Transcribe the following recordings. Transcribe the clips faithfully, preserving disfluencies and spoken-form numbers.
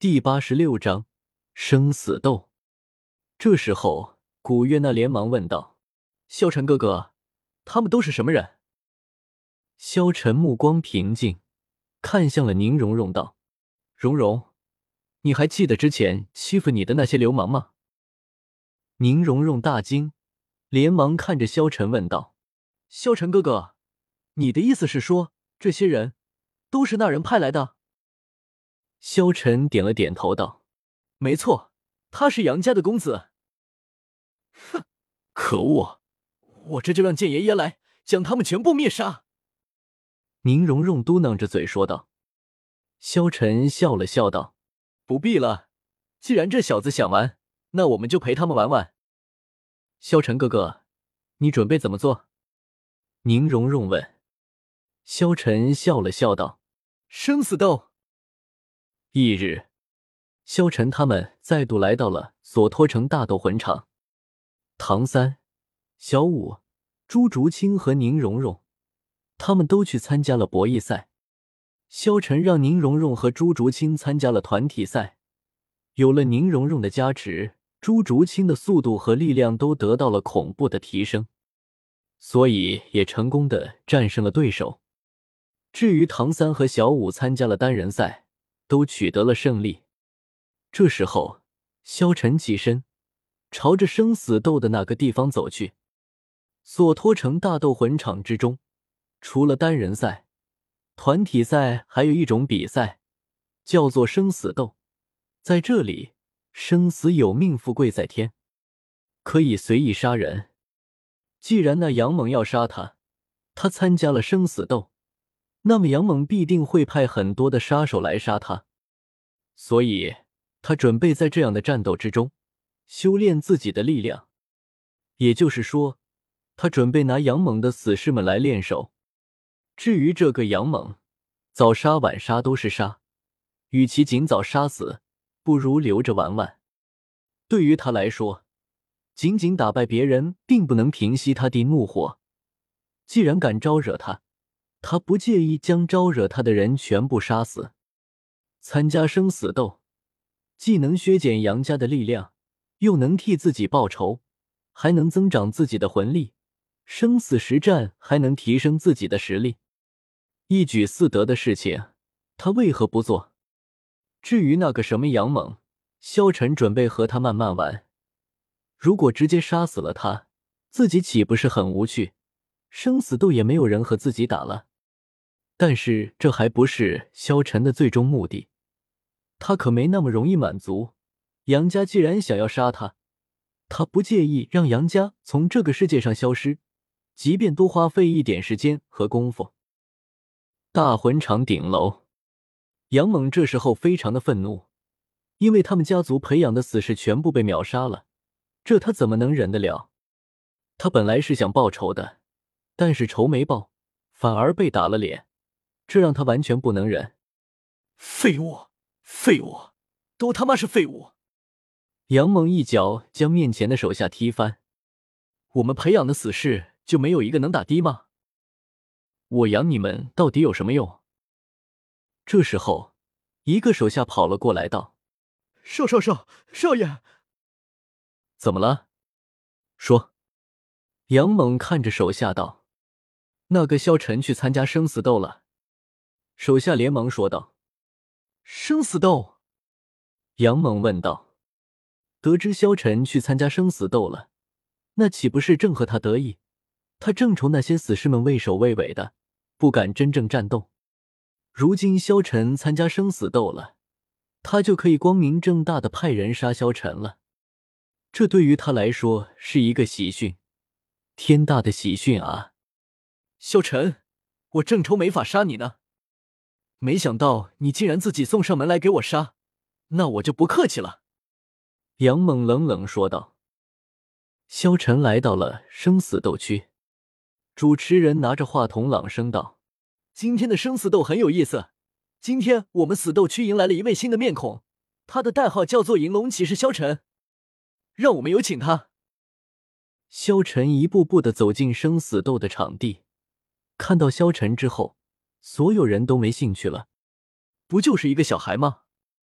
第八十六章生死斗。这时候古月娜连忙问道：萧晨哥哥，他们都是什么人？萧晨目光平静，看向了宁荣荣道：荣荣，你还记得之前欺负你的那些流氓吗？宁荣荣大惊，连忙看着萧晨问道：萧晨哥哥，你的意思是说这些人都是那人派来的？萧晨点了点头道：没错，他是杨家的公子。哼，可恶，我这就让剑爷爷来将他们全部灭杀。宁荣荣嘟囔着嘴说道。萧晨笑了笑道：不必了，既然这小子想玩，那我们就陪他们玩玩。萧晨哥哥，你准备怎么做？宁荣荣问。萧晨笑了笑道：生死斗。翌日，萧晨他们再度来到了索托城大斗魂场。唐三、小舞、朱竹清和宁荣荣他们都去参加了博弈赛。萧晨让宁荣荣和朱竹清参加了团体赛，有了宁荣荣的加持，朱竹清的速度和力量都得到了恐怖的提升，所以也成功的战胜了对手。至于唐三和小舞参加了单人赛，都取得了胜利。这时候，萧晨起身，朝着生死斗的那个地方走去。索托城大斗魂场之中，除了单人赛、团体赛，还有一种比赛，叫做生死斗。在这里，生死有命，富贵在天，可以随意杀人。既然那杨猛要杀他，他参加了生死斗，那么杨猛必定会派很多的杀手来杀他，所以他准备在这样的战斗之中修炼自己的力量。也就是说，他准备拿杨猛的死士们来练手。至于这个杨猛，早杀晚杀都是杀，与其尽早杀死，不如留着玩玩。对于他来说，仅仅打败别人并不能平息他的怒火，既然敢招惹他，他不介意将招惹他的人全部杀死。参加生死斗，既能削减杨家的力量，又能替自己报仇，还能增长自己的魂力，生死实战还能提升自己的实力，一举四得的事情，他为何不做？至于那个什么杨猛，萧晨准备和他慢慢玩。如果直接杀死了他，自己岂不是很无趣？生死斗也没有人和自己打了。但是这还不是萧晨的最终目的，他可没那么容易满足。杨家既然想要杀他，他不介意让杨家从这个世界上消失，即便多花费一点时间和功夫。大魂场顶楼，杨猛这时候非常的愤怒，因为他们家族培养的死士全部被秒杀了，这他怎么能忍得了？他本来是想报仇的，但是仇没报，反而被打了脸，这让他完全不能忍。废物，废物，都他妈是废物！杨猛一脚将面前的手下踢翻。我们培养的死士就没有一个能打的吗？我养你们到底有什么用？这时候，一个手下跑了过来道：少少少，少爷！怎么了？说。杨猛看着手下道：那个萧晨去参加生死斗了。手下连忙说道：生死斗？杨猛问道。得知萧晨去参加生死斗了，那岂不是正合他得意？他正愁那些死士们畏首畏尾的，不敢真正战斗。如今萧晨参加生死斗了，他就可以光明正大的派人杀萧晨了。这对于他来说是一个喜讯，天大的喜讯啊！萧晨，我正愁没法杀你呢，没想到你竟然自己送上门来给我杀，那我就不客气了。杨猛冷冷说道。萧晨来到了生死斗区，主持人拿着话筒朗声道：今天的生死斗很有意思，今天我们死斗区迎来了一位新的面孔，他的代号叫做银龙骑士萧晨，让我们有请他。萧晨一步步地走进生死斗的场地，看到萧晨之后，所有人都没兴趣了。不就是一个小孩吗？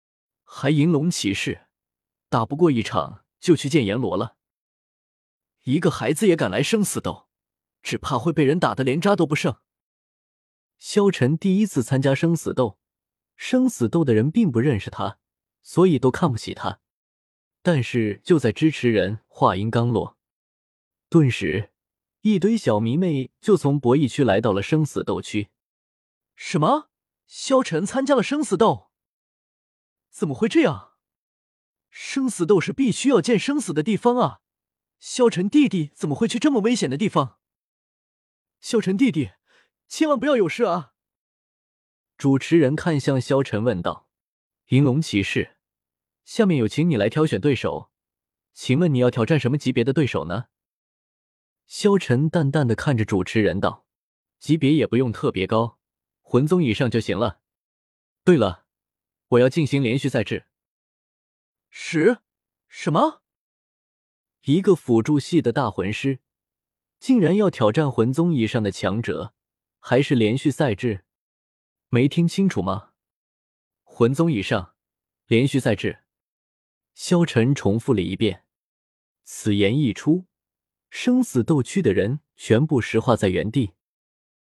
还银龙骑士，打不过一场就去见阎罗了。一个孩子也敢来生死斗，只怕会被人打得连渣都不剩。萧晨第一次参加生死斗，生死斗的人并不认识他，所以都看不起他。但是就在支持人话音刚落，顿时一堆小迷妹就从博弈区来到了生死斗区。什么？萧晨参加了生死斗？怎么会这样？生死斗是必须要见生死的地方啊！萧晨弟弟怎么会去这么危险的地方？萧晨弟弟，千万不要有事啊！主持人看向萧晨问道：“银龙骑士，下面有请你来挑选对手，请问你要挑战什么级别的对手呢？”萧晨淡淡的看着主持人道：“级别也不用特别高，魂宗以上就行了。对了，我要进行连续赛制。”什什么？一个辅助系的大魂师，竟然要挑战魂宗以上的强者，还是连续赛制？没听清楚吗？魂宗以上，连续赛制。萧晨重复了一遍。此言一出，生死斗区的人全部石化在原地。